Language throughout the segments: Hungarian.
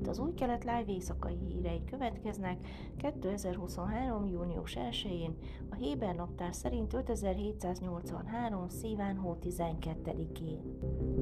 az Új Kelet Live éjszakai hírei következnek 2023. június 1-én, a Héber naptár szerint 5783. szíván hó 12-én.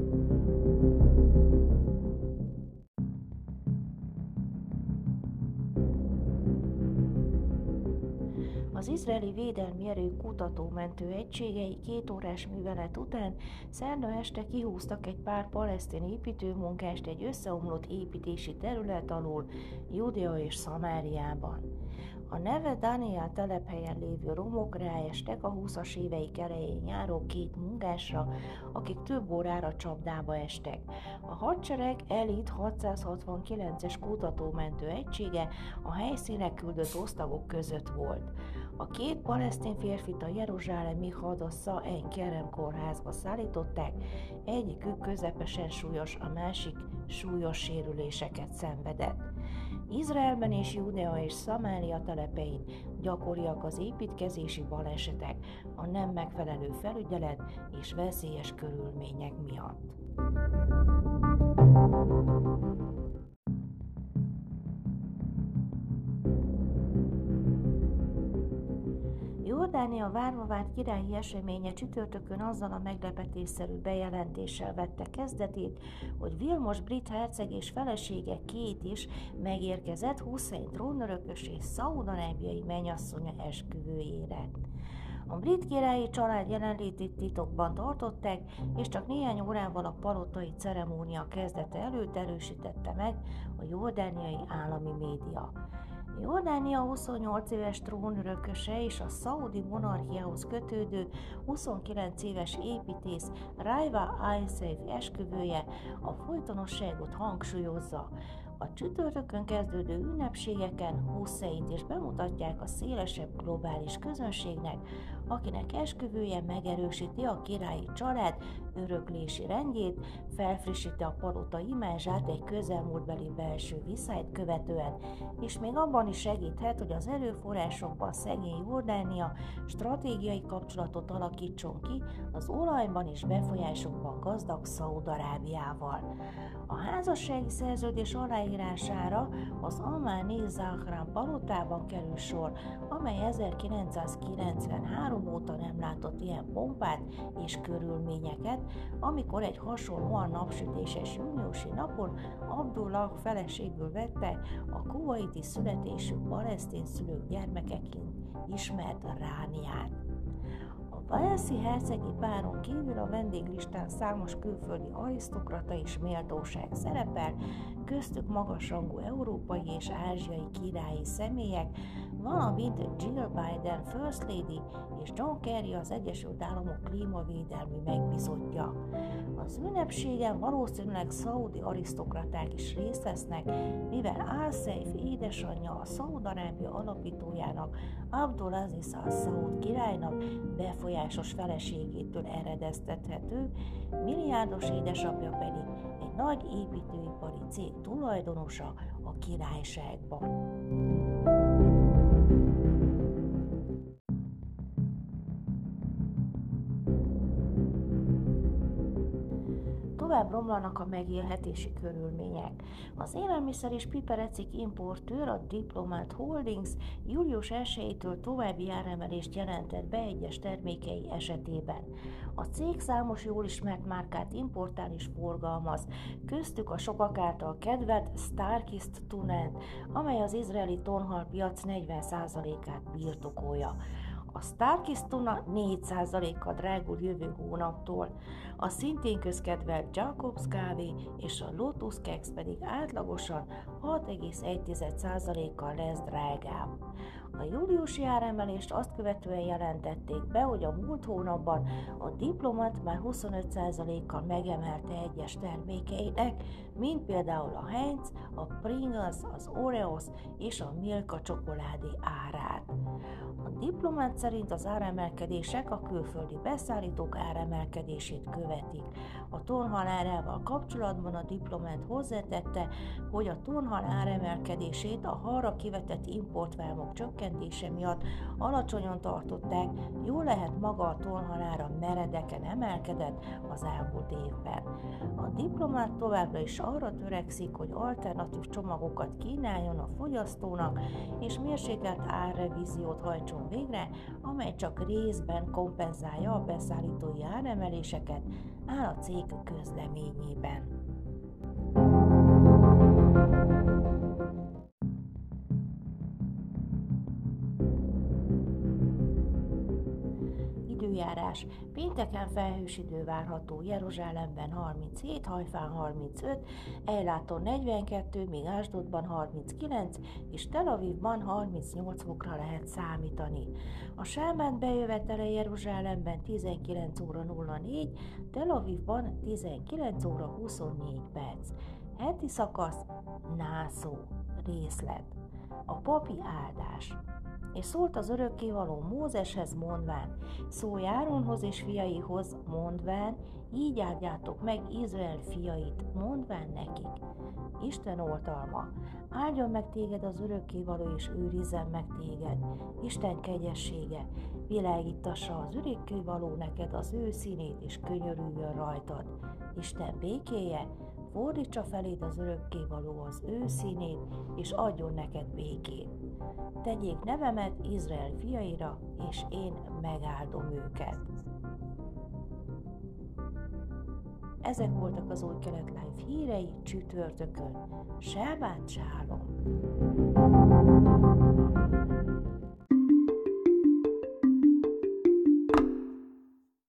Az izraeli védelmi erők kutató-mentő egységei 2 órás művelet után szerda este kihúztak egy pár palesztin építőmunkást egy összeomlott építési terület alól Judea és Szamáriában. A Neve Daniel telephelyen lévő romok ráestek a 20-as éveik elején járó 2 munkásra, akik több órára csapdába estek. A hadsereg elit 669-es kutatómentő egysége a helyszínre küldött osztagok között volt. A 2 palesztin férfit a jeruzsálemi Hadassah Ein Kerem kórházba szállították, egyikük közepesen súlyos, a másik súlyos sérüléseket szenvedett. Izraelben és Judea és Szamária telepein gyakoriak az építkezési balesetek a nem megfelelő felügyelet és veszélyes körülmények miatt. Jordánia várva várt királyi eseménye csütörtökön azzal a meglepetésszerű bejelentéssel vette kezdetét, hogy Vilmos brit herceg és felesége Kate is megérkezett Hussein trónörökös és szaúd-arábiai mennyasszonya esküvőjére. A brit királyi család jelenlétét titokban tartották, és csak néhány órával a palotai ceremónia kezdete előtt erősítette meg a jordániai állami média. Jordánia 28 éves trónörököse és a szaudi monarchiához kötődő 29 éves építész Raiva Al-Saif esküvője a folytonosságot hangsúlyozza. A csütörtökön kezdődő ünnepségeken Husseint is bemutatják a szélesebb globális közönségnek, akinek esküvője megerősíti a királyi család öröklési rendjét, felfrissíti a palota imázsát egy közelmúltbeli belső viszályt követően, és még abban is segíthet, hogy az erőforrásokban szegény Jordánia stratégiai kapcsolatot alakítson ki az olajban és befolyásokban gazdag Szaúd-Arábiával. A házassági szerződés aláírására az Ammáni Zahran palotában kerül sor, amely 1993 óta nem látott ilyen pompát és körülményeket, amikor egy hasonlóan napsütéses júniusi napon Abdullah feleségül vette a kuvaiti születésű palesztin szülők gyermekeként ismert Rániát. A walesi hercegi páron kívül a vendéglistán számos külföldi arisztokrata és méltóság szerepel, köztük magasrangú európai és ázsiai királyi személyek, valamint Jill Biden First Lady és John Kerry az Egyesült Államok klímavédelmi megbízottja. Az ünnepségen valószínűleg szaudi arisztokraták is részt vesznek, mivel Al-Saif édesanyja a Szaúd-Arábia alapítójának, Abdulaziz al-Szaúd királynak befolyásos feleségétől eredeztethető, milliárdos édesapja pedig egy nagy építőipari cég tulajdonosa a királyságban. Tovább romlanak a megélhetési körülmények. Az élelmiszer és piperecik importőr, a Diplomat Holdings július 1-től további áremelést jelentett be egyes termékei esetében. A cég számos jól ismert márkát importál és forgalmaz, köztük a sokak által kedvelt Starkist tunát, amely az izraeli tonhalpiac 40%-át birtokolja. A Starkist tuna 4%-kal drágul jövő hónaptól, a szintén közkedvelt Jacobs kávé és a Lotus Kex pedig átlagosan 6,1%-kal lesz drágább. A júliusi áremelést azt követően jelentették be, hogy a múlt hónapban a Diplomat már 25%-kal megemelte egyes termékeinek, mint például a Heinz, a Pringles, az Oreos és a Milka csokoládé árát. A diplomát szerint az áremelkedések a külföldi beszállítók áremelkedését követik. A tonhal árával kapcsolatban a diplomát hozzátette, hogy a tonhal áremelkedését a halra kivetett importvámok csökkentése miatt alacsonyan tartották, jól lehet maga a tonhal ára meredeken emelkedett az elmúlt évben. A diplomát továbbra is arra törekszik, hogy alternatív csomagokat kínáljon a fogyasztónak, és mérsékelt árrevíziót hajtson végre, amely csak részben kompenzálja a beszállítói áremeléseket, áll a cég közleményében. Időjárás. Pénteken felhős idő várható, Jeruzsálemben 37, Hajfán 35, Eiláton 42, míg Ásdodban 39 és Tel Avivban 38 fokra lehet számítani. A sámán bejövetele Jeruzsálemben 19 óra 04, Tel Avivban 19 óra 24 perc. Heti szakasz, nászó, részlet. A papi áldás. És szólt az örökkévaló Mózeshez mondván, szólj Áronhoz és fiaihoz mondván, így áldjátok meg Izrael fiait, mondván nekik. Isten oltalma, áldjon meg téged az örökkévaló és őrizzen meg téged. Isten kegyessége, világítassa az örökkévaló neked az ő színét és könyörüljön rajtad. Isten békéje, fordítsa feléd az örökkévaló az ő színét, és adjon neked békét. Tegyék nevemet Izrael fiaira, és én megáldom őket. Ezek voltak az Új Kelet Live hírei csütörtökön. Sábát sálom!